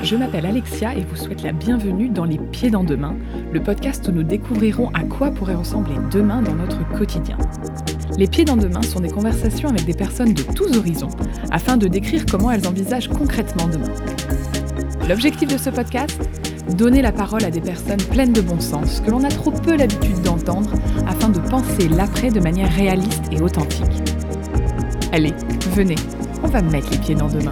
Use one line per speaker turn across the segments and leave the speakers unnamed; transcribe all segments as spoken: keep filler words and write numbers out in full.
Je m'appelle Alexia et vous souhaite la bienvenue dans Les Pieds dans Demain, le podcast où nous découvrirons à quoi pourrait ressembler demain dans notre quotidien. Les Pieds dans Demain sont des conversations avec des personnes de tous horizons, afin de décrire comment elles envisagent concrètement demain. L'objectif de ce podcast ? Donner la parole à des personnes pleines de bon sens, que l'on a trop peu l'habitude d'entendre, afin de penser l'après de manière réaliste et authentique. Allez, venez, on va mettre les pieds dans demain.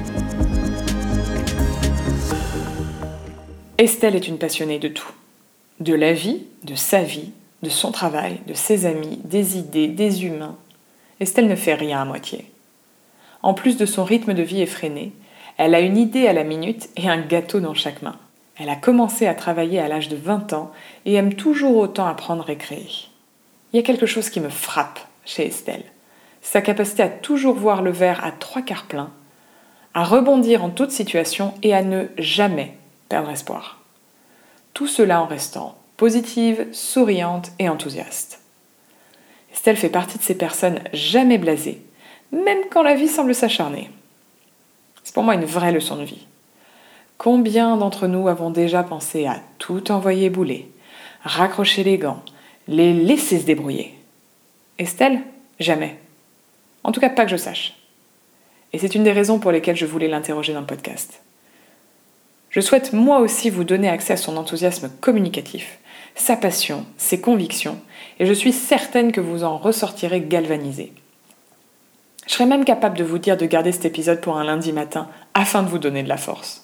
Estelle est une passionnée de tout. De la vie, de sa vie, de son travail, de ses amis, des idées, des humains. Estelle ne fait rien à moitié. En plus de son rythme de vie effréné, elle a une idée à la minute et un gâteau dans chaque main. Elle a commencé à travailler à l'âge de vingt ans et aime toujours autant apprendre et créer. Il y a quelque chose qui me frappe chez Estelle. Sa capacité à toujours voir le verre à trois quarts plein, à rebondir en toute situation et à ne jamais perdre espoir. Tout cela en restant positive, souriante et enthousiaste. Estelle fait partie de ces personnes jamais blasées, même quand la vie semble s'acharner. C'est pour moi une vraie leçon de vie. Combien d'entre nous avons déjà pensé à tout envoyer bouler, raccrocher les gants, les laisser se débrouiller ? Estelle, jamais. En tout cas, pas que je sache. Et c'est une des raisons pour lesquelles je voulais l'interroger dans le podcast. Je souhaite moi aussi vous donner accès à son enthousiasme communicatif, sa passion, ses convictions, et je suis certaine que vous en ressortirez galvanisé. Je serais même capable de vous dire de garder cet épisode pour un lundi matin, afin de vous donner de la force.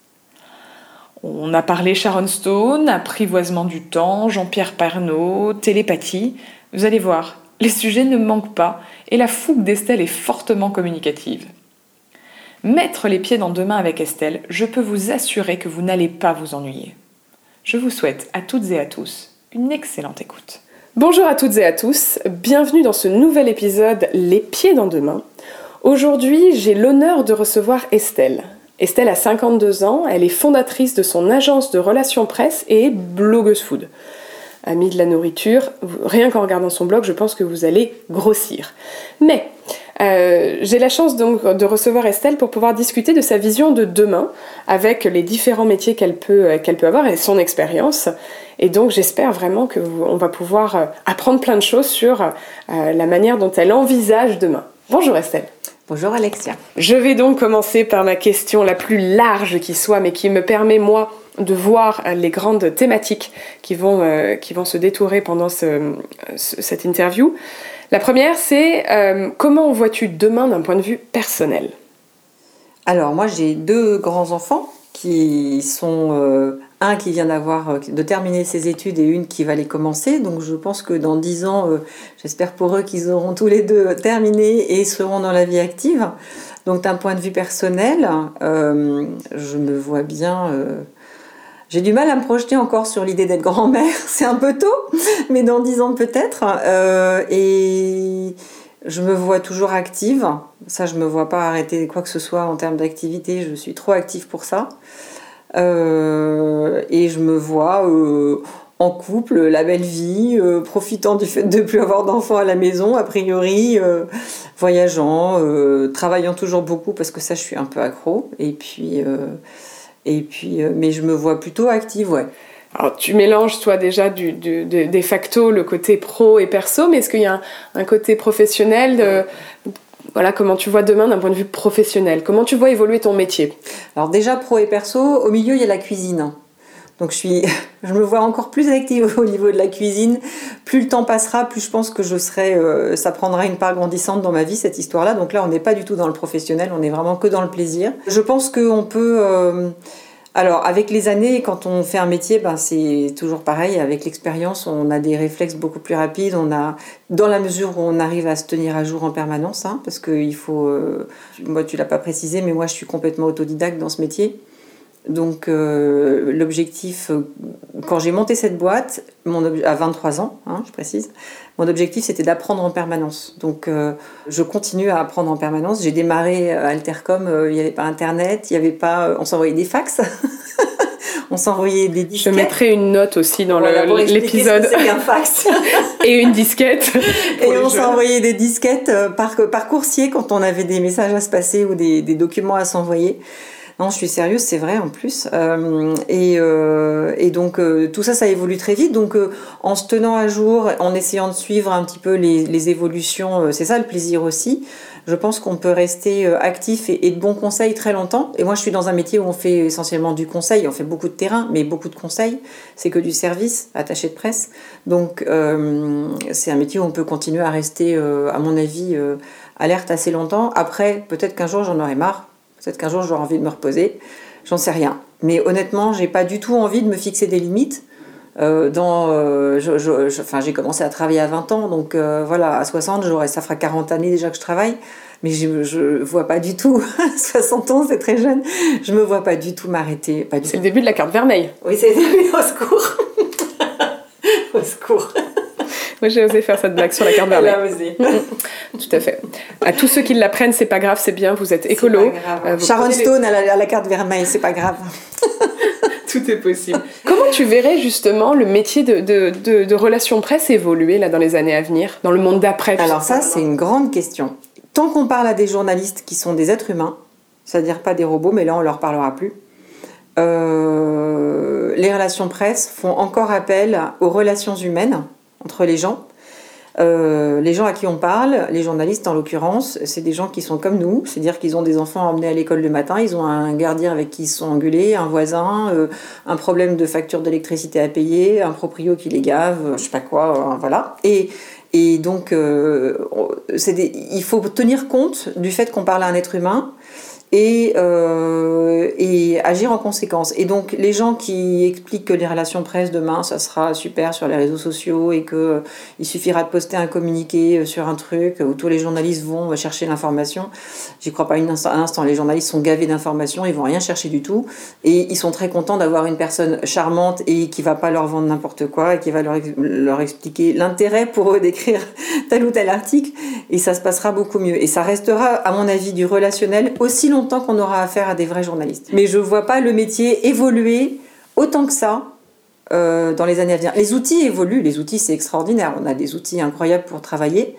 On a parlé Sharon Stone, apprivoisement du temps, Jean-Pierre Pernaut, télépathie. Vous allez voir, les sujets ne manquent pas, et la fougue d'Estelle est fortement communicative. Mettre les pieds dans demain avec Estelle, je peux vous assurer que vous n'allez pas vous ennuyer. Je vous souhaite à toutes et à tous une excellente écoute. Bonjour à toutes et à tous, bienvenue dans ce nouvel épisode Les Pieds dans Demain. Aujourd'hui, j'ai l'honneur de recevoir Estelle. Estelle a cinquante-deux ans, elle est fondatrice de son agence de relations presse et est blogueuse food. Amie de la nourriture, rien qu'en regardant son blog, je pense que vous allez grossir. Mais euh, j'ai la chance donc de recevoir Estelle pour pouvoir discuter de sa vision de demain avec les différents métiers qu'elle peut, qu'elle peut avoir et son expérience. Et donc j'espère vraiment qu'on va pouvoir apprendre plein de choses sur euh, la manière dont elle envisage demain. Bonjour Estelle.
Bonjour Alexia.
Je vais donc commencer par ma question la plus large qui soit, mais qui me permet moi de voir les grandes thématiques qui vont, euh, qui vont se détourer pendant ce, ce, cette interview. La première, c'est euh, comment vois-tu demain d'un point de vue personnel ?
Alors moi j'ai deux grands-enfants qui sont... Euh, un qui vient d'avoir, de terminer ses études et une qui va les commencer. Donc je pense que dans dix ans, euh, j'espère pour eux qu'ils auront tous les deux terminé et seront dans la vie active. Donc d'un point de vue personnel, euh, je me vois bien... Euh, j'ai du mal à me projeter encore sur l'idée d'être grand-mère. C'est un peu tôt, mais dans dix ans peut-être. Euh, et je me vois toujours active. Ça, je ne me vois pas arrêter quoi que ce soit en termes d'activité. Je suis trop active pour ça. Euh, et je me vois euh, en couple, la belle vie, euh, profitant du fait de ne plus avoir d'enfants à la maison, a priori, euh, voyageant, euh, travaillant toujours beaucoup parce que ça je suis un peu accro, et puis, euh, et puis euh, mais je me vois plutôt active, ouais.
Alors tu mélanges toi déjà du, du, de, des facto le côté pro et perso, mais est-ce qu'il y a un, un côté professionnel de... Voilà, comment tu vois demain d'un point de vue professionnel ? Comment tu vois évoluer ton métier ?
Alors déjà, pro et perso, au milieu, il y a la cuisine. Donc je, suis, je me vois encore plus active au niveau de la cuisine. Plus le temps passera, plus je pense que je serai, euh, ça prendra une part grandissante dans ma vie, cette histoire-là. Donc là, on n'est pas du tout dans le professionnel, on n'est vraiment que dans le plaisir. Je pense qu'on peut... Euh, alors, avec les années, quand on fait un métier, ben, c'est toujours pareil. Avec l'expérience, on a des réflexes beaucoup plus rapides. On a, dans la mesure où on arrive à se tenir à jour en permanence, hein, parce que il faut... Euh, moi, tu ne l'as pas précisé, mais moi, je suis complètement autodidacte dans ce métier. Donc, euh, l'objectif, euh, quand j'ai monté cette boîte, mon ob- à vingt-trois ans, hein, je précise, mon objectif, c'était d'apprendre en permanence. Donc, euh, je continue à apprendre en permanence. J'ai démarré à Altercom, euh, il n'y avait pas Internet, il y avait pas, euh, on s'envoyait des fax. On s'envoyait des disquettes.
Je mettrai une note aussi dans
voilà,
le, l'épisode.
Ce que c'est qu'un fax.
Et une disquette.
Et on s'envoyait des disquettes par, par coursier quand on avait des messages à se passer ou des, des documents à s'envoyer. Non, je suis sérieuse, c'est vrai en plus. Euh, et, euh, et donc euh, tout ça, ça évolue très vite. Donc euh, en se tenant à jour, en essayant de suivre un petit peu les, les évolutions, euh, c'est ça le plaisir aussi. Je pense qu'on peut rester euh, actif et, et de bons conseils très longtemps. Et moi, je suis dans un métier où on fait essentiellement du conseil. On fait beaucoup de terrain, mais beaucoup de conseils. C'est que du service, attaché de presse. Donc euh, c'est un métier où on peut continuer à rester, euh, à mon avis, euh, alerte assez longtemps. Après, peut-être qu'un jour, j'en aurai marre. Peut-être qu'un jour, j'aurai envie de me reposer. J'en sais rien. Mais honnêtement, j'ai pas du tout envie de me fixer des limites. Euh, dans, euh, je, je, je, enfin, j'ai commencé à travailler à vingt ans, donc euh, voilà, à soixante, j'aurais, ça fera quarante années déjà que je travaille. Mais je ne vois pas du tout, soixante ans, c'est très jeune, je me vois pas du tout m'arrêter. Pas du
c'est
tout.
Le début de la carte vermeille.
Oui, c'est le début, au secours. Au secours.
Moi, j'ai osé faire cette blague sur la carte vermeille.
Elle a osé.
Tout à fait. À tous ceux qui l'apprennent, c'est pas grave, c'est bien, vous êtes écolo.
Euh, Sharon Stone les... à, la, à la carte vermeille, c'est pas grave.
Tout est possible. Comment tu verrais justement le métier de, de, de, de relation presse évoluer là, dans les années à venir, dans le monde d'après?
Alors ça, c'est une grande question. Tant qu'on parle à des journalistes qui sont des êtres humains, c'est-à-dire pas des robots, mais là on leur parlera plus, euh, les relations presse font encore appel aux relations humaines entre les gens. Euh, les gens à qui on parle, les journalistes en l'occurrence, c'est des gens qui sont comme nous, c'est-à-dire qu'ils ont des enfants à emmener à l'école le matin, ils ont un gardien avec qui ils se sont engueulés, un voisin, euh, un problème de facture d'électricité à payer, un proprio qui les gave, je sais pas quoi, euh, voilà. Et, et donc, euh, c'est des, il faut tenir compte du fait qu'on parle à un être humain et, euh, et agir en conséquence. Et donc les gens qui expliquent que les relations presse demain ça sera super sur les réseaux sociaux et qu'il euh, suffira de poster un communiqué sur un truc où tous les journalistes vont chercher l'information, j'y crois pas un instant, un instant. Les journalistes sont gavés d'informations, ils vont rien chercher du tout et ils sont très contents d'avoir une personne charmante et qui va pas leur vendre n'importe quoi et qui va leur, leur expliquer l'intérêt pour eux d'écrire tel ou tel article et ça se passera beaucoup mieux et ça restera à mon avis du relationnel aussi longtemps longtemps qu'on aura affaire à des vrais journalistes. Mais je ne vois pas le métier évoluer autant que ça euh, dans les années à venir. Les outils évoluent, les outils c'est extraordinaire, on a des outils incroyables pour travailler,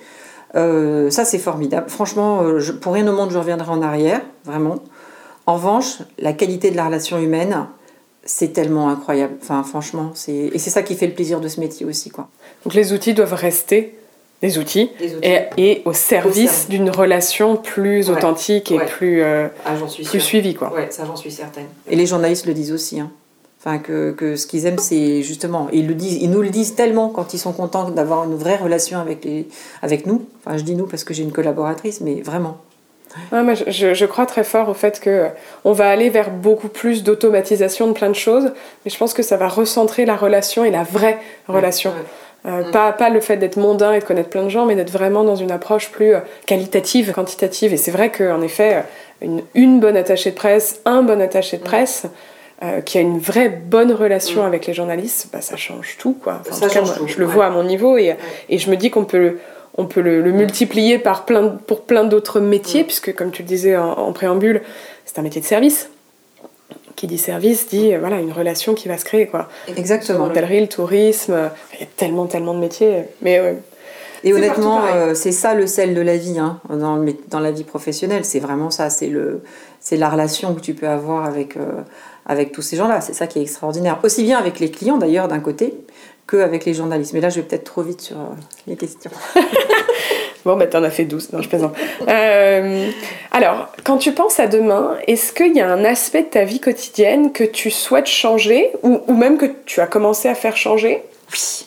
euh, ça c'est formidable. Franchement, je, pour rien au monde je reviendrai en arrière, vraiment. En revanche, la qualité de la relation humaine, c'est tellement incroyable. Enfin franchement, c'est... et c'est ça qui fait le plaisir de ce métier aussi, quoi.
Donc les outils doivent rester des outils, outils. Et, et au service d'une relation plus ouais. authentique et ouais. plus, euh, ah, plus suivie, quoi.
Ouais, ça j'en suis certaine. Et les journalistes le disent aussi, hein. Enfin, que, que ce qu'ils aiment, c'est justement, ils, le disent, ils nous le disent tellement quand ils sont contents d'avoir une vraie relation avec, les, avec nous. Enfin, je dis nous parce que j'ai une collaboratrice, mais vraiment.
Ouais, moi, je, je crois très fort au fait qu'on va aller vers beaucoup plus d'automatisation de plein de choses, mais je pense que ça va recentrer la relation et la vraie relation. Ouais, ouais. Euh, mmh. pas, pas le fait d'être mondain et de connaître plein de gens, mais d'être vraiment dans une approche plus qualitative, quantitative. Et c'est vrai qu'en effet, une, une bonne attachée de presse, un bon attaché de presse, euh, qui a une vraie bonne relation mmh. avec les journalistes, bah, ça change tout, quoi. Enfin,
ça
en tout cas, moi,
tout,
je le
ouais.
vois à mon niveau et,
ouais.
et je me dis qu'on peut, on peut le, le multiplier par plein de, pour plein d'autres métiers, mmh. puisque comme tu le disais en, en préambule, c'est un métier de service. Qui dit service dit euh, voilà, une relation qui va se créer, quoi.
Exactement.
L'hôtellerie, le tourisme, il y a tellement, tellement de métiers. Mais, euh,
et honnêtement, euh, c'est ça le sel de la vie, hein, dans, le, dans la vie professionnelle. C'est vraiment ça, c'est, le, c'est la relation que tu peux avoir avec, euh, avec tous ces gens-là. C'est ça qui est extraordinaire. Aussi bien avec les clients, d'ailleurs, d'un côté, qu'avec les journalistes. Mais là, je vais peut-être trop vite sur euh, les questions.
Bon, bah t'en as fait douze, non, je plaisante. Euh, alors, quand tu penses à demain, est-ce qu'il y a un aspect de ta vie quotidienne que tu souhaites changer, ou, ou même que tu as commencé à faire changer ?
Oui.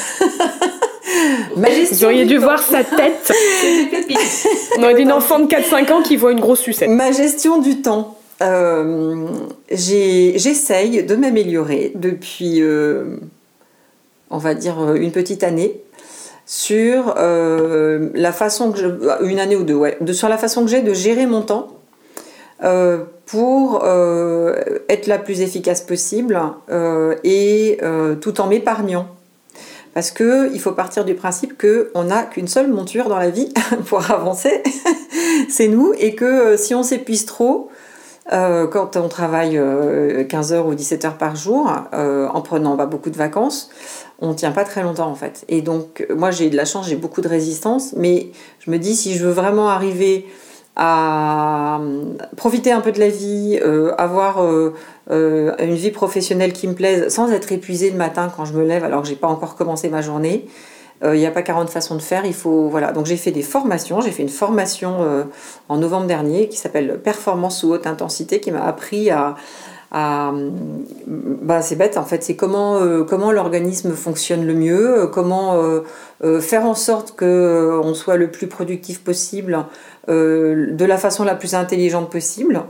Vous auriez dû temps. voir sa tête. On aurait dit une enfant de quatre cinq ans qui voit une grosse sucette.
Ma gestion du temps. Euh, j'ai, j'essaye de m'améliorer depuis, euh, on va dire, une petite année. Sur euh, la façon que je, une année ou deux, ouais, de, sur la façon que j'ai de gérer mon temps euh, pour euh, être la plus efficace possible euh, et euh, tout en m'épargnant. Parce qu'il faut partir du principe qu'on n'a qu'une seule monture dans la vie pour avancer, c'est nous, et que euh, si on s'épuise trop, euh, quand on travaille euh, quinze heures ou dix-sept heures par jour, euh, en prenant bah, beaucoup de vacances, on ne tient pas très longtemps en fait. Et donc moi j'ai de la chance, j'ai beaucoup de résistance, mais je me dis si je veux vraiment arriver à profiter un peu de la vie, euh, avoir euh, euh, une vie professionnelle qui me plaise, sans être épuisée le matin quand je me lève alors que j'ai pas encore commencé ma journée. Il n'y a pas quarante façons de faire, il faut voilà. Donc j'ai fait des formations, j'ai fait une formation euh, en novembre dernier qui s'appelle Performance sous haute intensité, qui m'a appris à, à bah, c'est bête en fait, c'est comment euh, comment l'organisme fonctionne le mieux, euh, comment euh, euh, faire en sorte que euh, on soit le plus productif possible, euh, de la façon la plus intelligente possible,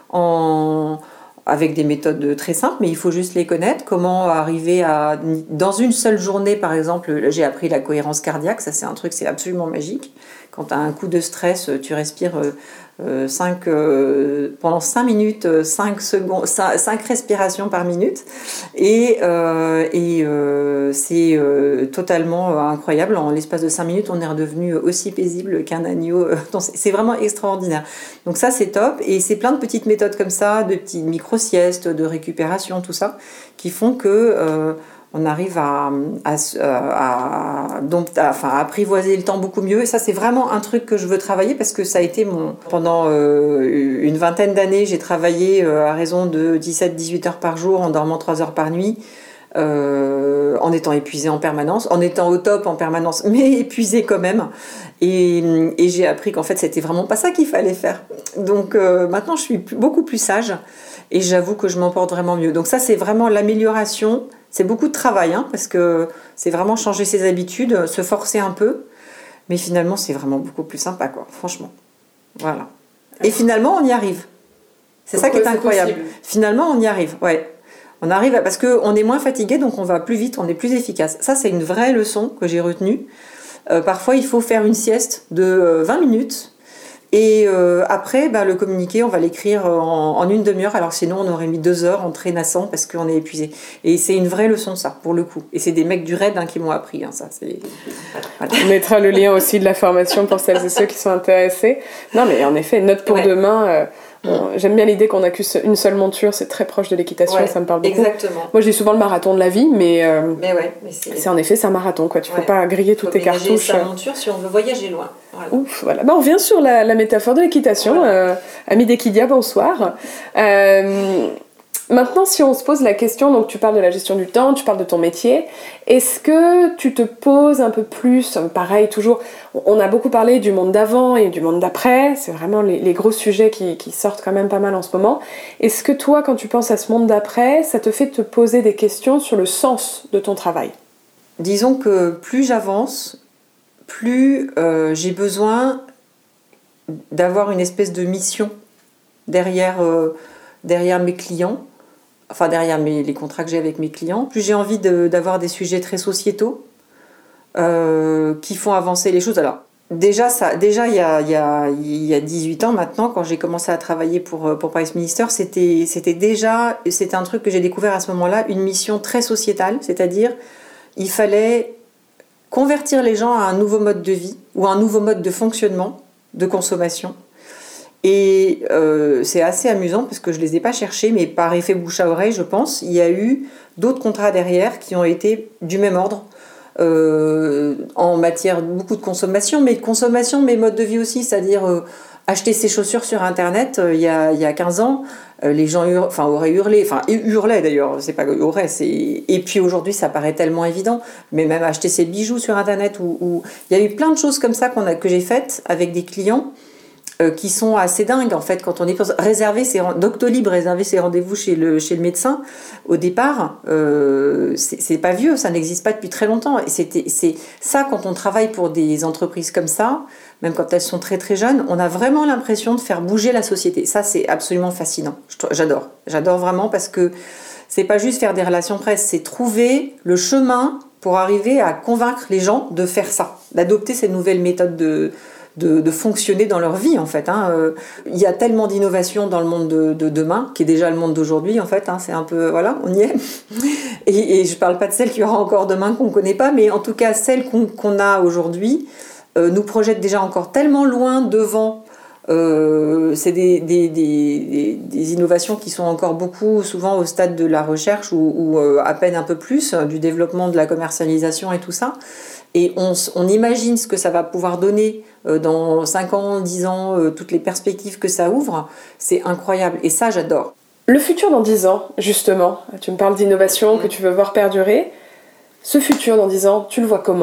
en avec des méthodes très simples, mais il faut juste les connaître. Comment arriver à... Dans une seule journée, par exemple, j'ai appris la cohérence cardiaque, ça c'est un truc, c'est absolument magique. Quand tu as un coup de stress, tu respires euh, cinq, euh, pendant cinq minutes, cinq, secondes, cinq respirations par minute. Et, euh, et euh, c'est euh, totalement incroyable. En l'espace de cinq minutes, on est redevenu aussi paisible qu'un agneau. C'est vraiment extraordinaire. Donc ça, c'est top. Et c'est plein de petites méthodes comme ça, de petites micro-siestes, de récupération, tout ça, qui font que... Euh, on arrive à, à, à, donc, à, enfin, à apprivoiser le temps beaucoup mieux. Et ça, c'est vraiment un truc que je veux travailler parce que ça a été mon... Pendant euh, une vingtaine d'années, j'ai travaillé euh, à raison de dix-sept à dix-huit heures par jour, en dormant trois heures par nuit, euh, en étant épuisée en permanence, en étant au top en permanence, mais épuisée quand même. Et, et j'ai appris qu'en fait, c'était vraiment pas ça qu'il fallait faire. Donc euh, maintenant, je suis plus, beaucoup plus sage et j'avoue que je m'en porte vraiment mieux. Donc ça, c'est vraiment l'amélioration. C'est beaucoup de travail, hein, parce que c'est vraiment changer ses habitudes, se forcer un peu. Mais finalement, c'est vraiment beaucoup plus sympa, quoi, franchement. Voilà. Et finalement, on y arrive. C'est ça qui est incroyable. Finalement, on y arrive, ouais. On arrive à... parce qu'on est moins fatigué, donc on va plus vite, on est plus efficace. Ça, c'est une vraie leçon que j'ai retenue. Euh, parfois, il faut faire une sieste de vingt minutes. Et euh, après, bah, le communiqué, on va l'écrire en, en une demi-heure, alors sinon on aurait mis deux heures en traînassant parce qu'on est épuisé. Et c'est une vraie leçon, ça, pour le coup. Et c'est des mecs du raid hein, qui m'ont appris, hein, ça. C'est...
Voilà. On mettra le lien aussi de la formation pour celles et ceux qui sont intéressés. Non, mais en effet, note pour ouais. demain... Euh... Bon, j'aime bien l'idée qu'on n'a qu'une seule monture, c'est très proche de l'équitation, ouais, ça me parle beaucoup.
Exactement.
Moi, je dis souvent le marathon de la vie, mais, euh,
mais, ouais, mais c'est...
c'est en effet, c'est un marathon, quoi. Tu ne
ouais.
peux pas griller toutes tes cartouches.
Sa monture si on veut voyager loin.
Voilà. Ouf, voilà. Bah, on revient sur la, la métaphore de l'équitation. Voilà. Euh, Ami d'Equidia, bonsoir. Euh, Maintenant, si on se pose la question, donc tu parles de la gestion du temps, tu parles de ton métier, est-ce que tu te poses un peu plus, pareil, toujours, on a beaucoup parlé du monde d'avant et du monde d'après, c'est vraiment les, les gros sujets qui, qui sortent quand même pas mal en ce moment. Est-ce que toi, quand tu penses à ce monde d'après, ça te fait te poser des questions sur le sens de ton travail ?
Disons que plus j'avance, plus euh, j'ai besoin d'avoir une espèce de mission derrière, euh, derrière mes clients, enfin derrière mes, les contrats que j'ai avec mes clients, plus j'ai envie de, d'avoir des sujets très sociétaux euh, qui font avancer les choses. Alors déjà, ça, déjà il, y a, il, y a, il y a dix-huit ans maintenant, quand j'ai commencé à travailler pour, pour Price Minister, c'était, c'était déjà, c'était un truc que j'ai découvert à ce moment-là, une mission très sociétale, c'est-à-dire il fallait convertir les gens à un nouveau mode de vie ou un nouveau mode de fonctionnement, de consommation. Et euh, c'est assez amusant parce que je ne les ai pas cherchés, mais par effet bouche à oreille, je pense, il y a eu d'autres contrats derrière qui ont été du même ordre, euh, en matière beaucoup de consommation, mais de consommation, mais mode de vie aussi, c'est-à-dire euh, acheter ses chaussures sur Internet, euh, il, y a, il y a quinze ans, euh, les gens hur- enfin, auraient hurlé, enfin hurlaient d'ailleurs, c'est pas auraient, c'est... et puis aujourd'hui ça paraît tellement évident, mais même acheter ses bijoux sur Internet, ou, ou... il y a eu plein de choses comme ça qu'on a, que j'ai faites avec des clients, Euh, qui sont assez dingues en fait quand on est réservé ses Doctolib réserver ses rendez-vous chez le chez le médecin au départ euh, c'est, c'est pas vieux, ça n'existe pas depuis très longtemps et c'était c'est ça quand on travaille pour des entreprises comme ça, même quand elles sont très très jeunes, on a vraiment l'impression de faire bouger la société. Ça c'est absolument fascinant. J'adore, j'adore vraiment parce que c'est pas juste faire des relations presse, c'est trouver le chemin pour arriver à convaincre les gens de faire ça, d'adopter ces nouvelles méthodes de De, de fonctionner dans leur vie en fait. Hein. Euh, il y a tellement d'innovations dans le monde de, de demain, qui est déjà le monde d'aujourd'hui en fait. Hein. C'est un peu, voilà, on y est. Et, et je parle pas de celles qu'il y aura encore demain qu'on connaît pas, mais en tout cas celles qu'on, qu'on a aujourd'hui euh, nous projettent déjà encore tellement loin devant Euh, c'est des, des, des, des innovations qui sont encore beaucoup, souvent au stade de la recherche ou, ou euh, à peine un peu plus, du développement de la commercialisation et tout ça. Et on, on imagine ce que ça va pouvoir donner euh, dans cinq ans, dix ans, euh, toutes les perspectives que ça ouvre. C'est incroyable. Et ça, j'adore.
Le futur dans dix ans, justement, tu me parles d'innovation, mmh. que tu veux voir perdurer. Ce futur dans dix ans, tu le vois comment ?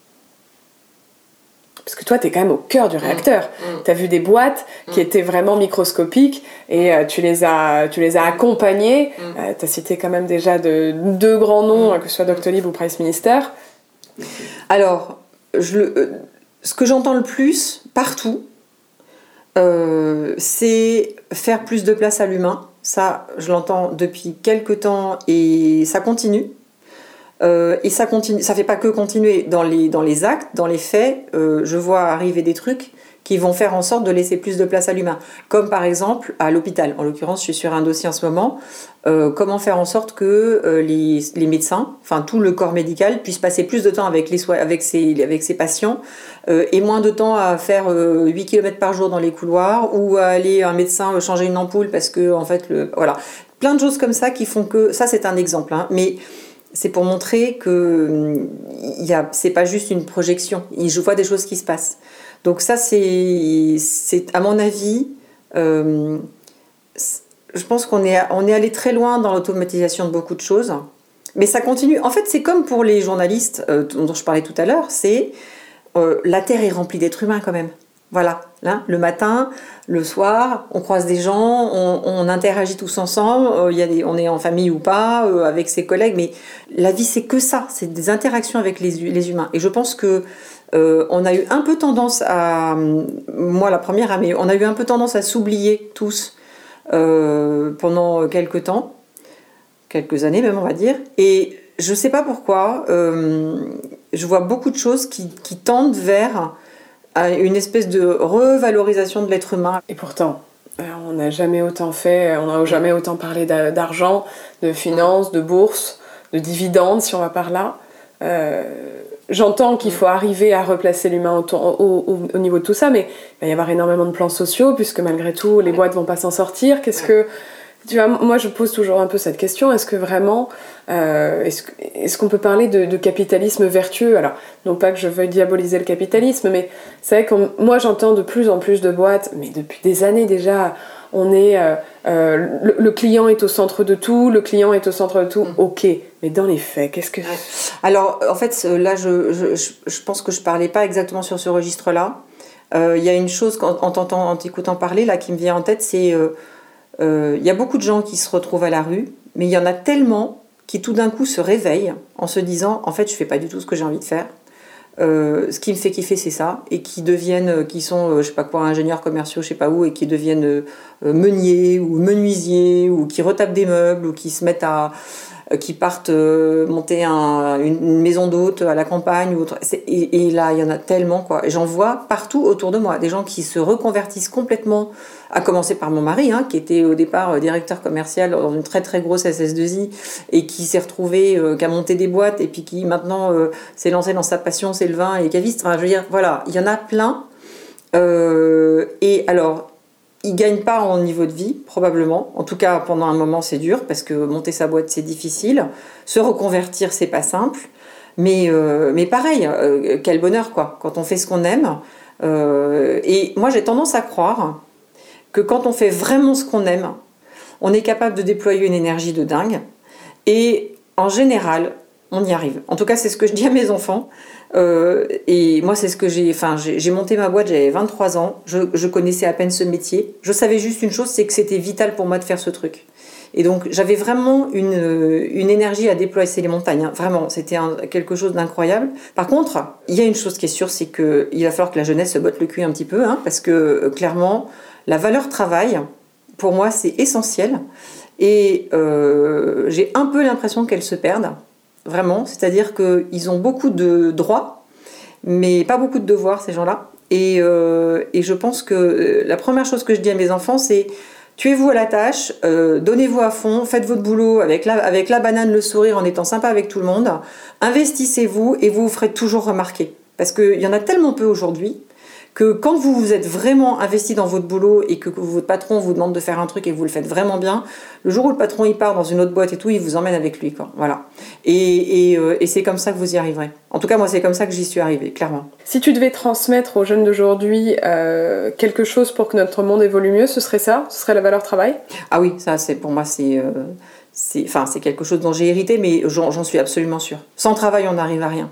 Parce que toi, tu es quand même au cœur du réacteur. Mmh. Tu as vu des boîtes mmh. qui étaient vraiment microscopiques et euh, tu, les as, tu les as accompagnées. Mmh. Euh, tu as cité quand même déjà de, deux grands noms, mmh. que ce soit Doctolib ou Price Minister.
Alors, je, euh, ce que j'entends le plus, partout, euh, c'est faire plus de place à l'humain. Ça, je l'entends depuis quelques temps et ça continue. Euh, et ça continue, ça fait pas que continuer dans les, dans les actes, dans les faits. Euh, je vois arriver des trucs qui vont faire en sorte de laisser plus de place à l'humain. Comme par exemple à l'hôpital. En l'occurrence, je suis sur un dossier en ce moment. Euh, comment faire en sorte que euh, les, les médecins, enfin tout le corps médical, puisse passer plus de temps avec, les so- avec, ses, avec ses patients euh, et moins de temps à faire euh, huit kilomètres par jour dans les couloirs ou à aller à un médecin changer une ampoule parce que, en fait, le, voilà. Plein de choses comme ça qui font que... Ça, c'est un exemple, hein, mais... C'est pour montrer que y a, c'est pas juste une projection. Je vois des choses qui se passent. Donc ça, c'est, c'est à mon avis, euh, je pense qu'on est, on est allé très loin dans l'automatisation de beaucoup de choses. Mais ça continue. En fait, c'est comme pour les journalistes euh, dont je parlais tout à l'heure. C'est euh, la Terre est remplie d'êtres humains quand même. Voilà, là, le matin, le soir, on croise des gens, on, on interagit tous ensemble, euh, y a des, on est en famille ou pas, euh, avec ses collègues, mais la vie, c'est que ça, c'est des interactions avec les, les humains. Et je pense que euh, on a eu un peu tendance à, moi la première, mais on a eu un peu tendance à s'oublier tous euh, pendant quelques temps, quelques années même, on va dire. Et je ne sais pas pourquoi, euh, je vois beaucoup de choses qui, qui tendent vers... à une espèce de revalorisation de l'être humain.
Et pourtant, on n'a jamais autant fait, on n'a jamais autant parlé d'argent, de finances, de bourse, de dividendes, si on va par là. Euh, j'entends qu'il faut arriver à replacer l'humain au, au, au, au niveau de tout ça, mais il va y avoir énormément de plans sociaux, puisque malgré tout, les boîtes ne vont pas s'en sortir. Qu'est-ce que... Tu vois, moi, je pose toujours un peu cette question. Est-ce que vraiment, euh, est-ce, est-ce qu'on peut parler de, de capitalisme vertueux ? Alors, non pas que je veuille diaboliser le capitalisme, mais c'est vrai que moi, j'entends de plus en plus de boîtes, mais depuis des années déjà, on est, euh, euh, le, le client est au centre de tout, le client est au centre de tout. Mmh. Ok, mais dans les faits, qu'est-ce que...
Alors, en fait, là, je, je, je pense que je parlais pas exactement sur ce registre-là. Il euh, y a une chose, en, en, t'entendant, en t'écoutant parler, là, qui me vient en tête, c'est... Euh, Il euh, y a beaucoup de gens qui se retrouvent à la rue, mais il y en a tellement qui tout d'un coup se réveillent en se disant « en fait, je fais pas du tout ce que j'ai envie de faire euh, ». Ce qui me fait kiffer, c'est ça. Et qui deviennent, qui sont, euh, je sais pas quoi, ingénieurs commerciaux, je sais pas où, et qui deviennent euh, meuniers ou menuisiers, ou qui retapent des meubles, ou qui se mettent à... qui partent euh, monter un, une maison d'hôte à la campagne. Ou autre. Et, et là, il y en a tellement, quoi. Et j'en vois partout autour de moi, des gens qui se reconvertissent complètement, à commencer par mon mari, hein, qui était au départ directeur commercial dans une très très grosse S S deux I, et qui s'est retrouvé, euh, qui a monté des boîtes, et puis qui maintenant euh, s'est lancé dans sa passion, c'est le vin, et caviste. Enfin, je veux dire, voilà, il y en a plein. Euh, et alors... Ils ne gagnent pas en niveau de vie, probablement. En tout cas, pendant un moment, c'est dur, parce que monter sa boîte, c'est difficile. Se reconvertir, c'est pas simple. Mais, euh, mais pareil, euh, quel bonheur, quoi, quand on fait ce qu'on aime. Euh, et moi, j'ai tendance à croire que quand on fait vraiment ce qu'on aime, on est capable de déployer une énergie de dingue. Et en général, on y arrive. En tout cas, c'est ce que je dis à mes enfants. Euh, et moi, c'est ce que j'ai... Enfin, j'ai, j'ai monté ma boîte, j'avais vingt-trois ans. Je, je connaissais à peine ce métier. Je savais juste une chose, c'est que c'était vital pour moi de faire ce truc. Et donc, j'avais vraiment une, une énergie à déployer les montagnes. Hein. Vraiment, c'était un, quelque chose d'incroyable. Par contre, il y a une chose qui est sûre, c'est qu'il va falloir que la jeunesse se botte le cul un petit peu. Hein, parce que, euh, clairement, la valeur travail, pour moi, c'est essentiel. Et euh, j'ai un peu l'impression qu'elle se perde. Vraiment, c'est-à-dire qu'ils ont beaucoup de droits, mais pas beaucoup de devoirs, ces gens-là. Et, euh, et je pense que la première chose que je dis à mes enfants, c'est tuez-vous à la tâche, euh, donnez-vous à fond, faites votre boulot avec la, avec la banane, le sourire, en étant sympa avec tout le monde, investissez-vous et vous vous ferez toujours remarquer. Parce qu'il y en a tellement peu aujourd'hui que quand vous vous êtes vraiment investi dans votre boulot et que votre patron vous demande de faire un truc et que vous le faites vraiment bien, le jour où le patron il part dans une autre boîte et tout, il vous emmène avec lui, quoi. Voilà. Et, et, euh, et c'est comme ça que vous y arriverez. En tout cas, moi, c'est comme ça que j'y suis arrivée, clairement.
Si tu devais transmettre aux jeunes d'aujourd'hui euh, quelque chose pour que notre monde évolue mieux, ce serait ça ? Ce serait la valeur travail ?
Ah oui, ça, c'est pour moi, c'est, euh, c'est, enfin, c'est quelque chose dont j'ai hérité, mais j'en, j'en suis absolument sûre. Sans travail, on n'arrive à rien.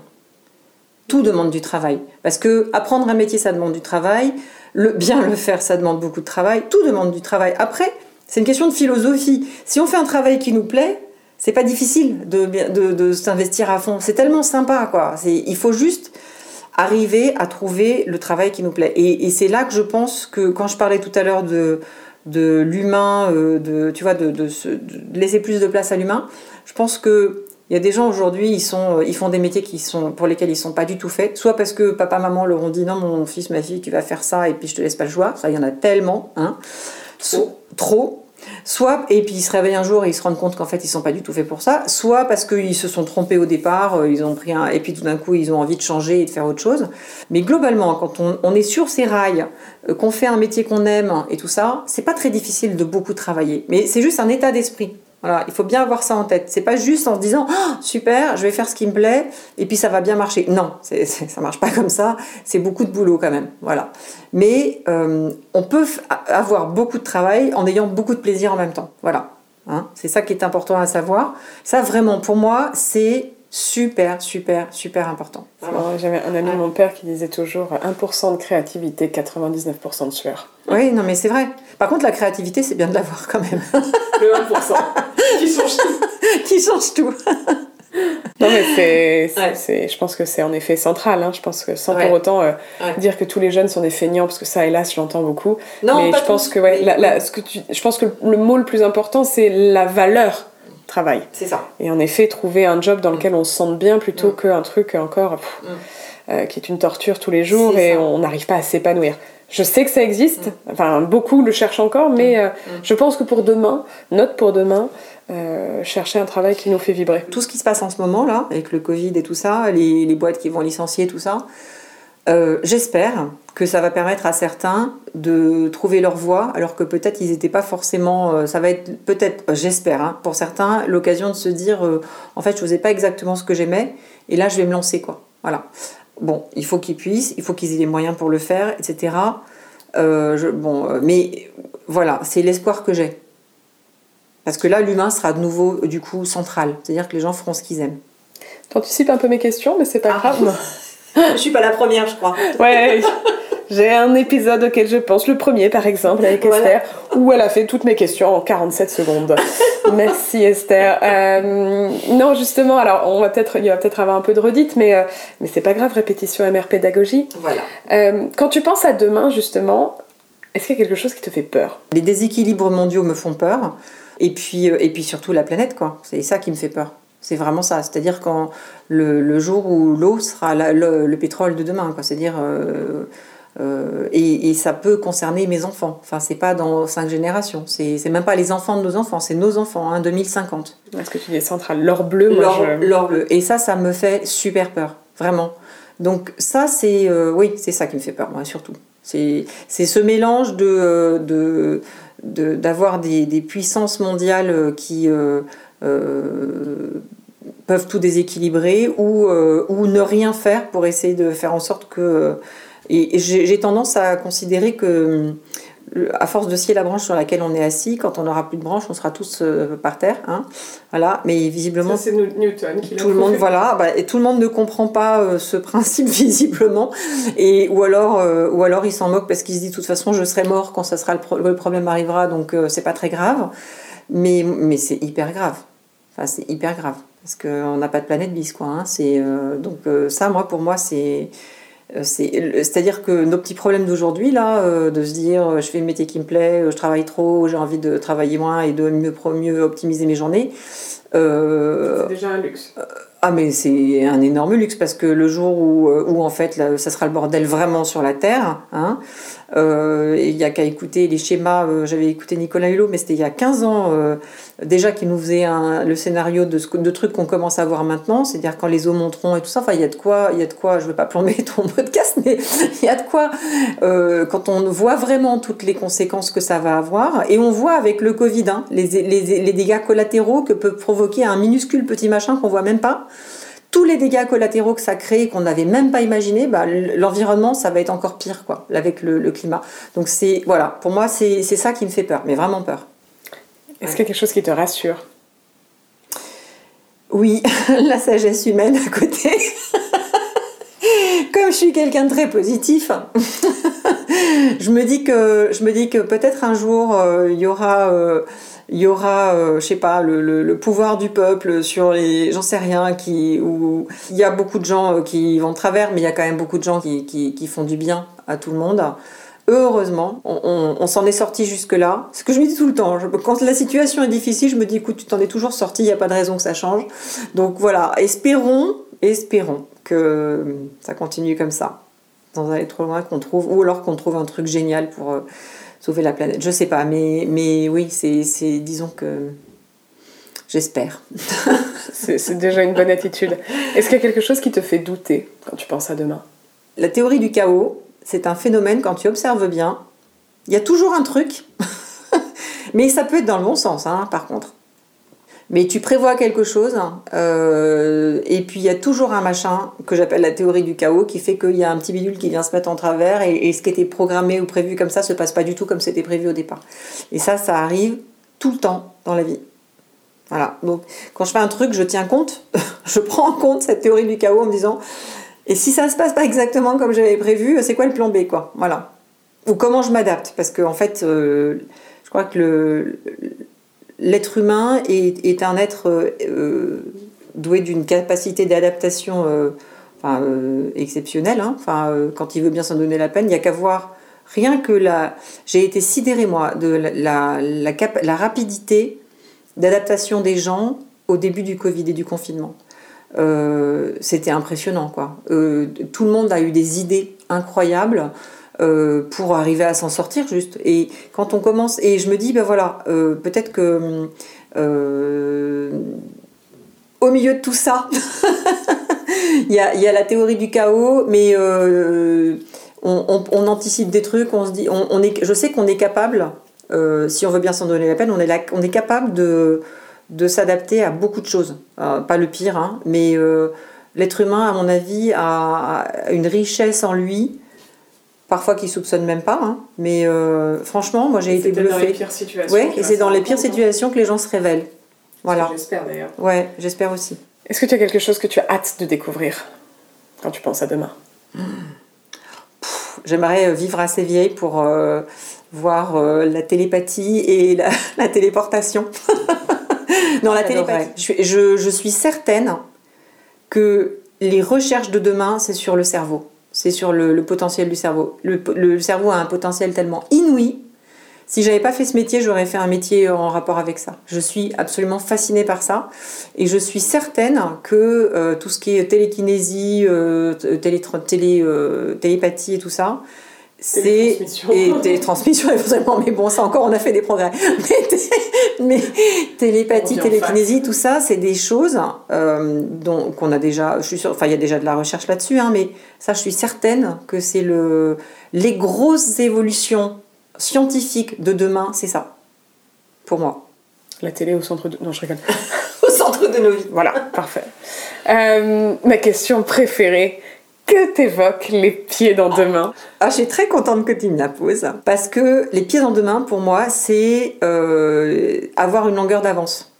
Tout demande du travail. Parce que apprendre un métier, ça demande du travail. Le, bien le faire, ça demande beaucoup de travail. Tout demande du travail. Après, c'est une question de philosophie. Si on fait un travail qui nous plaît, c'est pas difficile de, de, de s'investir à fond. C'est tellement sympa, quoi. C'est, il faut juste arriver à trouver le travail qui nous plaît. Et, et c'est là que je pense que, quand je parlais tout à l'heure de, de l'humain, euh, de, tu vois, de, de, se, de laisser plus de place à l'humain, je pense que il y a des gens aujourd'hui, ils, sont, ils font des métiers qui sont, pour lesquels ils ne sont pas du tout faits, soit parce que papa, maman leur ont dit non, mon fils, ma fille, tu vas faire ça et puis je te laisse pas le choix. Ça, il y en a tellement, hein. So, trop. Soit, et puis ils se réveillent un jour et ils se rendent compte qu'en fait ils ne sont pas du tout faits pour ça, soit parce qu'ils se sont trompés au départ, ils ont pris un, et puis tout d'un coup ils ont envie de changer et de faire autre chose. Mais globalement, quand on, on est sur ces rails, qu'on fait un métier qu'on aime et tout ça, c'est pas très difficile de beaucoup travailler. Mais c'est juste un état d'esprit. Voilà, il faut bien avoir ça en tête. C'est pas juste en se disant oh, super, je vais faire ce qui me plaît et puis ça va bien marcher. Non, c'est, c'est, ça marche pas comme ça. C'est beaucoup de boulot quand même. Voilà. Mais euh, on peut f- avoir beaucoup de travail en ayant beaucoup de plaisir en même temps. Voilà. Hein, c'est ça qui est important à savoir. Ça vraiment, pour moi, c'est super, super, super important.
Alors, j'avais un ami de mon père qui disait toujours un pour cent de créativité, quatre-vingt-dix-neuf pour cent de sueur.
Oui, non, mais c'est vrai. Par contre, la créativité, c'est bien de l'avoir quand même.
Le un pour cent qui change tout.
Qui change tout.
Non, mais c'est, c'est,
Ouais.
c'est, je pense que c'est en effet central. Hein. Je pense que sans
Ouais.
pour autant euh,
Ouais.
dire que tous les jeunes sont des feignants, parce que ça, hélas, je l'entends beaucoup.
Non,
mais
pas
je pense
tous,
que, ouais,
mais-
la, la, ce que tu, je pense que le mot le plus important, c'est la valeur travail.
C'est ça.
Et en effet, trouver un job dans lequel on se sente bien plutôt
Mm.
qu'un truc encore pff,
Mm.
euh, qui est une torture tous les jours
C'est
et
ça.
on n'arrive pas à s'épanouir. Je sais que ça existe, enfin beaucoup le cherchent encore, mais euh, je pense que pour demain, note pour demain, euh, chercher un travail qui nous fait vibrer.
Tout ce qui se passe en ce moment là, avec le Covid et tout ça, les, les boîtes qui vont licencier, tout ça, euh, j'espère que ça va permettre à certains de trouver leur voie, alors que peut-être ils n'étaient pas forcément... euh, ça va être peut-être, euh, j'espère, hein, pour certains, l'occasion de se dire euh, en fait, je faisais pas exactement ce que j'aimais, et là, je vais me lancer, quoi. Voilà. Bon, il faut qu'ils puissent, il faut qu'ils aient les moyens pour le faire, et cetera. Euh, je, bon, euh, mais voilà, c'est l'espoir que j'ai. Parce que là, l'humain sera de nouveau, du coup, central. C'est-à-dire que les gens feront ce qu'ils aiment.
T'anticipes un peu mes questions, mais c'est pas
Ah.
grave.
Je suis pas la première, je crois.
Ouais, j'ai un épisode auquel je pense, le premier par exemple, avec
Voilà.
Esther, où elle a fait toutes mes questions en quarante-sept secondes. Merci Esther. Euh, non, justement, alors on va peut-être, il va peut-être avoir un peu de redite, mais, euh, mais c'est pas grave, répétition M R pédagogie.
Voilà.
Euh, quand tu penses à demain, justement, est-ce qu'il y a quelque chose qui te fait peur ?
Les déséquilibres mondiaux me font peur. Et puis, euh, et puis surtout la planète, quoi. C'est ça qui me fait peur. C'est vraiment ça. C'est-à-dire quand le, le jour où l'eau sera la- le, le pétrole de demain, quoi. C'est-à-dire... Euh, euh, et, et ça peut concerner mes enfants. Enfin, c'est pas dans cinq générations. C'est, c'est même pas les enfants de nos enfants. C'est nos enfants, hein, deux mille cinquante.
Est-ce que tu dis central, l'or bleu, moi
L'or,
je...
l'or bleu. Et ça, ça me fait super peur. Vraiment. Donc ça, c'est... euh, oui, c'est ça qui me fait peur, moi, surtout. C'est, c'est ce mélange de... de De, d'avoir des, des puissances mondiales qui euh, euh, peuvent tout déséquilibrer ou, euh, ou ne rien faire pour essayer de faire en sorte que... Et, et j'ai, j'ai tendance à considérer que, à force de scier la branche sur laquelle on est assis, quand on n'aura plus de branche, on sera tous euh, par terre. Hein, voilà. Mais visiblement...
Ça, c'est Newton qui l'a
Tout le monde,
prouvé.
voilà, bah, et tout le monde ne comprend pas euh, ce principe visiblement, et ou alors, euh, ou alors il s'en moque parce qu'il se dit de toute façon je serai mort quand ça sera le, pro- le problème arrivera, donc euh, c'est pas très grave, mais mais c'est hyper grave, enfin c'est hyper grave parce qu'on n'a pas de planète bis quoi, hein, c'est euh, donc euh, ça moi pour moi c'est C'est, c'est-à-dire que nos petits problèmes d'aujourd'hui, là, euh, de se dire euh, je fais le métier qui me plaît, euh, je travaille trop, j'ai envie de travailler moins et de mieux, pro- mieux optimiser mes journées. Euh,
C'est déjà un luxe.
ah mais c'est un énorme luxe parce que le jour où, où en fait là, ça sera le bordel vraiment sur la Terre, hein, euh, il n'y a qu'à écouter les schémas, euh, j'avais écouté Nicolas Hulot mais c'était il y a quinze ans euh, déjà qu'il nous faisait un, le scénario de, ce, de trucs qu'on commence à voir maintenant, c'est-à-dire quand les eaux monteront et tout ça, enfin il y a de quoi, il y a de quoi, je ne veux pas plomber ton podcast Mais il y a de quoi, euh, quand on voit vraiment toutes les conséquences que ça va avoir, et on voit avec le Covid, hein, les, les, les dégâts collatéraux que peut provoquer un minuscule petit machin qu'on voit même pas, tous les dégâts collatéraux que ça crée, qu'on n'avait même pas imaginé, bah, l'environnement, ça va être encore pire, quoi, avec le, le climat. Donc c'est, voilà, pour moi, c'est, c'est ça qui me fait peur, mais vraiment peur.
Est-ce ouais. qu'il y a quelque chose qui te rassure ?
Oui, la sagesse humaine à côté. Comme je suis quelqu'un de très positif, je me dis que je me dis que peut-être un jour euh, il y aura euh, il y aura euh, je sais pas le, le, le pouvoir du peuple sur les j'en sais rien qui où il y a beaucoup de gens qui vont de travers, mais il y a quand même beaucoup de gens qui qui, qui font du bien à tout le monde. Heureusement, on, on, on s'en est sorti jusque-là. C'est ce que je me dis tout le temps. Je, quand la situation est difficile, je me dis, écoute, tu t'en es toujours sorti, il n'y a pas de raison que ça change. Donc voilà, espérons, espérons que ça continue comme ça, sans aller trop loin, qu'on trouve, ou alors qu'on trouve un truc génial pour euh, sauver la planète. Je sais pas, mais, mais oui, c'est, c'est, disons que j'espère.
c'est, c'est déjà une bonne attitude. Est-ce qu'il y a quelque chose qui te fait douter quand tu penses à demain ?
La théorie du chaos, c'est un phénomène, quand tu observes bien, il y a toujours un truc, mais ça peut être dans le bon sens, hein, par contre. Mais tu prévois quelque chose, euh, et puis il y a toujours un machin que j'appelle la théorie du chaos, qui fait qu'il y a un petit bidule qui vient se mettre en travers, et, et ce qui était programmé ou prévu comme ça se passe pas du tout comme c'était prévu au départ. Et ça, ça arrive tout le temps dans la vie. Voilà. Donc, quand je fais un truc, je tiens compte, je prends en compte cette théorie du chaos en me disant... Et si ça ne se passe pas exactement comme j'avais prévu, c'est quoi le plan B, quoi ? Voilà. Ou comment je m'adapte ? Parce qu'en en fait, euh, je crois que le, l'être humain est, est un être euh, doué d'une capacité d'adaptation euh, enfin, euh, exceptionnelle. Hein. Enfin, euh, quand il veut bien s'en donner la peine, il n'y a qu'à voir rien que la... J'ai été sidérée, moi, de la, la, la, cap... la rapidité d'adaptation des gens au début du Covid et du confinement. Euh, c'était impressionnant, quoi. Euh, tout le monde a eu des idées incroyables euh, pour arriver à s'en sortir, juste. Et quand on commence, et je me dis, ben voilà, euh, peut-être que euh, au milieu de tout ça, il y a, y a la théorie du chaos, mais euh, on, on, on anticipe des trucs, on se dit, on, on est, je sais qu'on est capable, euh, si on veut bien s'en donner la peine, on est, là, on est capable de de s'adapter à beaucoup de choses. Euh, pas le pire, hein, mais euh, l'être humain, à mon avis, a, a une richesse en lui, parfois qu'il ne soupçonne même pas, hein, mais euh, franchement, moi j'ai
c'est
été bluffée.
C'est dans les pires situations.
Ouais, et c'est dans les pires situations que les gens se révèlent. Voilà.
J'espère d'ailleurs.
Ouais, j'espère aussi.
Est-ce que tu as quelque chose que tu as hâte de découvrir quand tu penses à demain ?
mmh. Pff, J'aimerais vivre assez vieille pour euh, voir euh, la télépathie et la, la téléportation. Non, la télépathie. Je, je, je suis certaine que les recherches de demain, c'est sur le cerveau. C'est sur le, le potentiel du cerveau. Le, le cerveau a un potentiel tellement inouï. Si j'avais pas fait ce métier, j'aurais fait un métier en rapport avec ça. Je suis absolument fascinée par ça. Et je suis certaine que euh, tout ce qui est télékinésie, euh, télé, télé, euh, télépathie et tout ça, c'est et télétransmission éventuellement, mais bon, ça encore on a fait des progrès. Mais, t- mais télépathie, télékinésie, tout ça, c'est des choses euh, dont qu'on a déjà. Je suis sûre, enfin il y a déjà de la recherche là-dessus, hein, mais ça, je suis certaine que c'est le les grosses évolutions scientifiques de demain, c'est ça, pour moi.
La télé au centre de... Non, je rigole.
Au centre de nos vies.
Voilà, parfait. Euh, ma question préférée. Que t'évoquent les pieds dans demain ?
Ah, je suis très contente que tu me la poses, parce que les pieds dans demain, pour moi, c'est euh, avoir une longueur d'avance.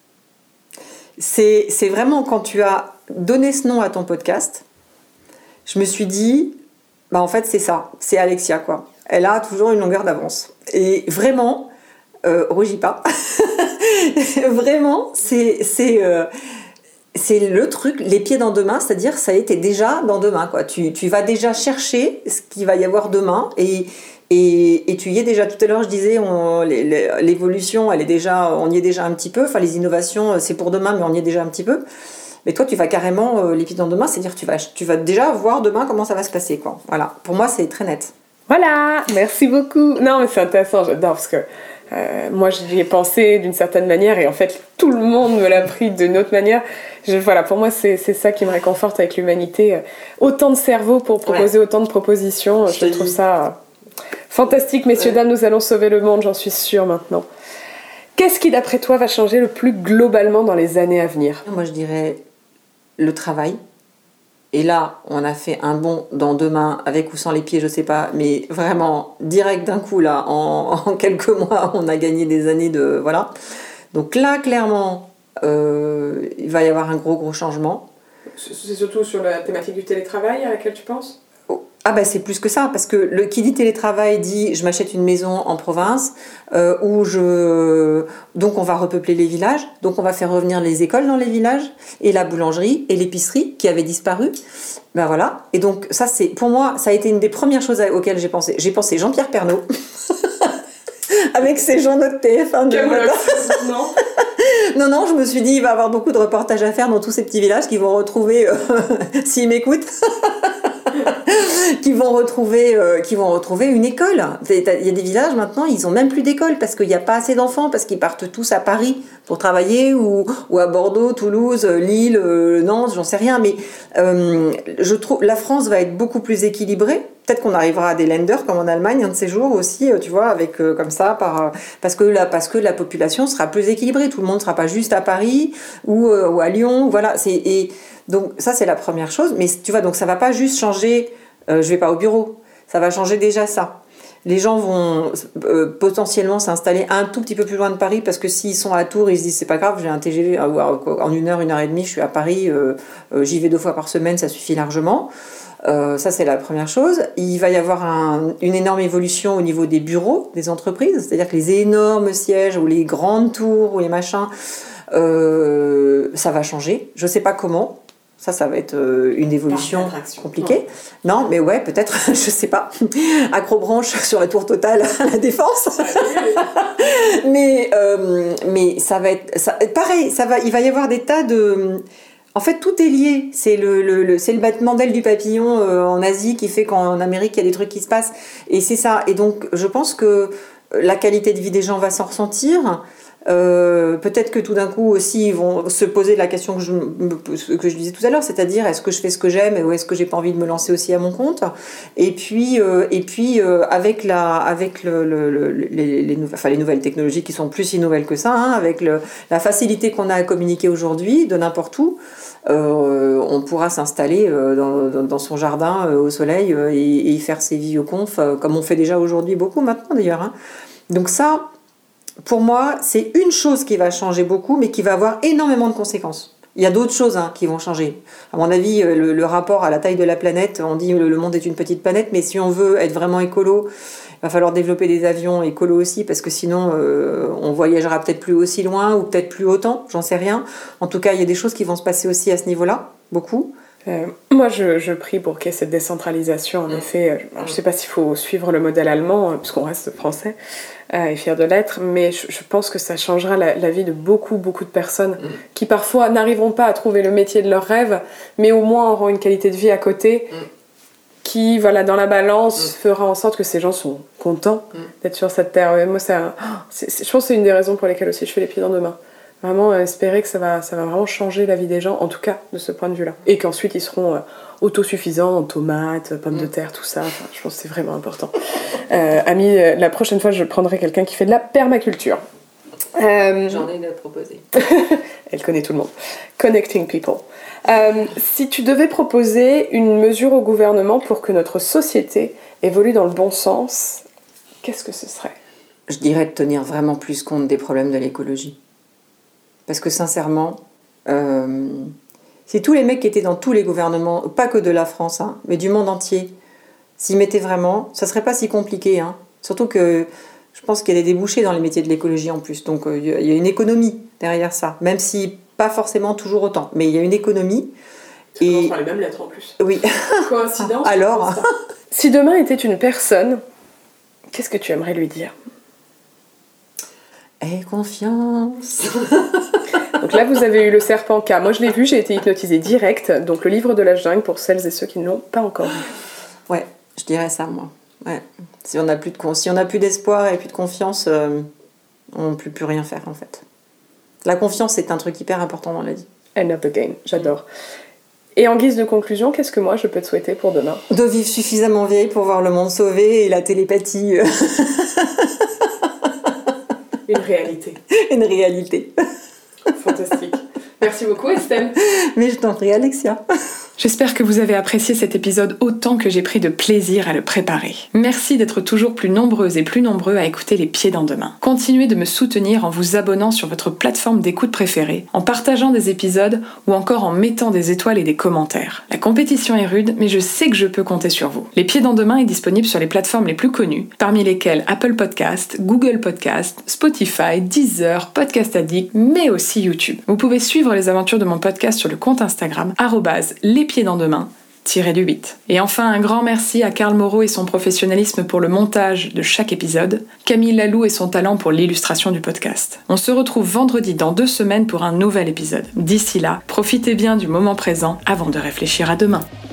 C'est, c'est vraiment quand tu as donné ce nom à ton podcast, je me suis dit, bah en fait c'est ça, c'est Alexia, quoi. Elle a toujours une longueur d'avance. Et vraiment, euh, rougis pas, vraiment, c'est... c'est euh, c'est le truc, les pieds dans demain, c'est-à-dire ça a été déjà dans demain, quoi. Tu, tu vas déjà chercher ce qu'il va y avoir demain et, et, et tu y es déjà. Tout à l'heure, je disais, on, les, les, l'évolution, elle est déjà, on y est déjà un petit peu. Enfin, les innovations, c'est pour demain, mais on y est déjà un petit peu. Mais toi, tu vas carrément euh, les pieds dans demain, c'est-à-dire tu vas, tu vas déjà voir demain comment ça va se passer, quoi. Voilà. Pour moi, c'est très net.
Voilà, merci beaucoup. Non, mais c'est intéressant, j'adore, parce que Euh, moi, j'y ai pensé d'une certaine manière et en fait, tout le monde me l'a pris d'une autre manière. Je, voilà, pour moi, c'est, c'est ça qui me réconforte avec l'humanité. Autant de cerveaux pour proposer ouais. autant de propositions. Je, je trouve ça euh, fantastique. Messieurs, ouais. dames, nous allons sauver le monde, j'en suis sûre maintenant. Qu'est-ce qui, d'après toi, va changer le plus globalement dans les années à venir ?
Moi, je dirais le travail. Et là, on a fait un bond dans deux mains, avec ou sans les pieds, je sais pas, mais vraiment, direct d'un coup, là, en, en quelques mois, on a gagné des années de... Voilà. Donc là, clairement, euh, il va y avoir un gros, gros changement.
C'est surtout sur la thématique du télétravail à laquelle tu penses ?
Ah ben c'est plus que ça, parce que le, qui dit télétravail dit je m'achète une maison en province, euh, où je... donc on va repeupler les villages, donc on va faire revenir les écoles dans les villages, et la boulangerie, et l'épicerie qui avait disparu. Ben voilà, et donc ça c'est, pour moi, ça a été une des premières choses auxquelles j'ai pensé. J'ai pensé Jean-Pierre Pernaut, avec ses journaux de T F un de
non
Non, non, je me suis dit, il va y avoir beaucoup de reportages à faire dans tous ces petits villages qui vont retrouver, euh, s'ils m'écoutent, qui vont retrouver, euh, qui vont retrouver une école. Il y a des villages maintenant, ils n'ont même plus d'école parce qu'il n'y a pas assez d'enfants, parce qu'ils partent tous à Paris pour travailler, ou, ou à Bordeaux, Toulouse, Lille, euh, Nantes, j'en sais rien. Mais euh, je trouve la France va être beaucoup plus équilibrée. Peut-être qu'on arrivera à des lenders comme en Allemagne un de ces jours aussi, tu vois, avec euh, comme ça, par, parce que la, parce que la population sera plus équilibrée. Tout le monde ne sera pas juste à Paris ou, euh, ou à Lyon, voilà. C'est, et donc ça c'est la première chose. Mais tu vois, donc ça va pas juste changer. Euh, je vais pas au bureau. Ça va changer déjà ça. Les gens vont euh, potentiellement s'installer un tout petit peu plus loin de Paris parce que s'ils sont à Tours, ils se disent c'est pas grave, j'ai un T G V en une heure, une heure et demie, je suis à Paris, euh, euh, j'y vais deux fois par semaine, ça suffit largement. Euh, ça, c'est la première chose. Il va y avoir un, une énorme évolution au niveau des bureaux des entreprises, c'est-à-dire que les énormes sièges ou les grandes tours ou les machins, euh, ça va changer. Je ne sais pas comment. Ça, ça va être euh, une évolution compliquée. Non. non, mais ouais, peut-être, je ne sais pas. Acrobranche sur la tour Total à la Défense. mais, euh, mais ça va être... Ça, pareil, ça va, il va y avoir des tas de... En fait, tout est lié. C'est le, le, le, c'est le battement d'aile du papillon euh, en Asie qui fait qu'en Amérique, il y a des trucs qui se passent. Et c'est ça. Et donc, je pense que la qualité de vie des gens va s'en ressentir. Euh, peut-être que tout d'un coup aussi, ils vont se poser la question que je, que je disais tout à l'heure, c'est-à-dire est-ce que je fais ce que j'aime ou est-ce que j'ai pas envie de me lancer aussi à mon compte ? Et puis, euh, et puis euh, avec, la, avec le, le, le, les, les, enfin, les nouvelles technologies qui sont plus si nouvelles que ça, hein, avec le, la facilité qu'on a à communiquer aujourd'hui de n'importe où, Euh, on pourra s'installer euh, dans, dans son jardin euh, au soleil euh, et, et y faire ses visioconf euh, comme on fait déjà aujourd'hui beaucoup maintenant d'ailleurs. Hein. Donc ça, pour moi, c'est une chose qui va changer beaucoup mais qui va avoir énormément de conséquences. Il y a d'autres choses hein, qui vont changer. À mon avis, le, le rapport à la taille de la planète, on dit que le monde est une petite planète, mais si on veut être vraiment écolo, il va falloir développer des avions écolos aussi, parce que sinon, euh, on voyagera peut-être plus aussi loin, ou peut-être plus autant, j'en sais rien. En tout cas, il y a des choses qui vont se passer aussi à ce niveau-là, beaucoup.
Euh, moi, je, je prie pour qu'il y ait cette décentralisation, en effet. Alors, je ne sais pas s'il faut suivre le modèle allemand, puisqu'on reste français, euh, et fier de l'être, mais je, je pense que ça changera la, la vie de beaucoup, beaucoup de personnes mmh. qui parfois n'arriveront pas à trouver le métier de leur rêve, mais au moins auront une qualité de vie à côté mmh. qui, voilà, dans la balance, mmh. fera en sorte que ces gens sont contents mmh. d'être sur cette terre. Et moi, ça, c'est, c'est, je pense que c'est une des raisons pour lesquelles aussi je fais les pieds dans deux mains. Vraiment euh, espérer que ça va, ça va vraiment changer la vie des gens, en tout cas de ce point de vue-là. Et qu'ensuite ils seront euh, autosuffisants en tomates, pommes mmh. de terre, tout ça. Enfin, je pense que c'est vraiment important. Euh, Ami, euh, la prochaine fois je prendrai quelqu'un qui fait de la permaculture.
Euh... J'en ai une à te proposer.
Elle connaît tout le monde. Connecting people. Euh, si tu devais proposer une mesure au gouvernement pour que notre société évolue dans le bon sens, qu'est-ce que ce serait ?
Je dirais de tenir vraiment plus compte des problèmes de l'écologie. Parce que sincèrement, euh, si tous les mecs qui étaient dans tous les gouvernements, pas que de la France, hein, mais du monde entier, s'y mettaient vraiment, ça serait pas si compliqué. Hein. Surtout que je pense qu'il y a des débouchés dans les métiers de l'écologie en plus. Donc il euh, y a une économie derrière ça, même si pas forcément toujours autant. Mais il y a une économie.
Ça et... commence par les mêmes lettres en plus.
Oui.
Coïncidence.
Alors.
Si demain était une personne, qu'est-ce que tu aimerais lui dire ?
Aie confiance.
Donc là, vous avez eu le serpent K. Moi, je l'ai vu, j'ai été hypnotisée direct. Donc le livre de la jungle pour celles et ceux qui ne l'ont pas encore vu.
Ouais, je dirais ça, moi. Ouais. Si on n'a plus de con... si on n'a plus d'espoir et plus de confiance, euh... on ne peut plus rien faire en fait. La confiance est un truc hyper important dans la vie.
End of the game, j'adore. Et en guise de conclusion, qu'est-ce que moi je peux te souhaiter pour demain ?
De vivre suffisamment vieille pour voir le monde sauvé et la télépathie.
Une réalité.
Une réalité.
Fantastique. Merci beaucoup Estelle.
Mais je t'en prie Alexia.
J'espère que vous avez apprécié cet épisode autant que j'ai pris de plaisir à le préparer. Merci d'être toujours plus nombreuses et plus nombreux à écouter Les Pieds dans Demain. Continuez de me soutenir en vous abonnant sur votre plateforme d'écoute préférée, en partageant des épisodes ou encore en mettant des étoiles et des commentaires. La compétition est rude, mais je sais que je peux compter sur vous. Les Pieds dans Demain est disponible sur les plateformes les plus connues, parmi lesquelles Apple Podcast, Google Podcast, Spotify, Deezer, Podcast Addict, mais aussi YouTube. Vous pouvez suivre les aventures de mon podcast sur le compte Instagram arobase les pieds dans demain tiré du huit. Et enfin, un grand merci à Karl Moreau et son professionnalisme pour le montage de chaque épisode, Camille Lalou et son talent pour l'illustration du podcast. On se retrouve vendredi dans deux semaines pour un nouvel épisode. D'ici là, profitez bien du moment présent avant de réfléchir à demain.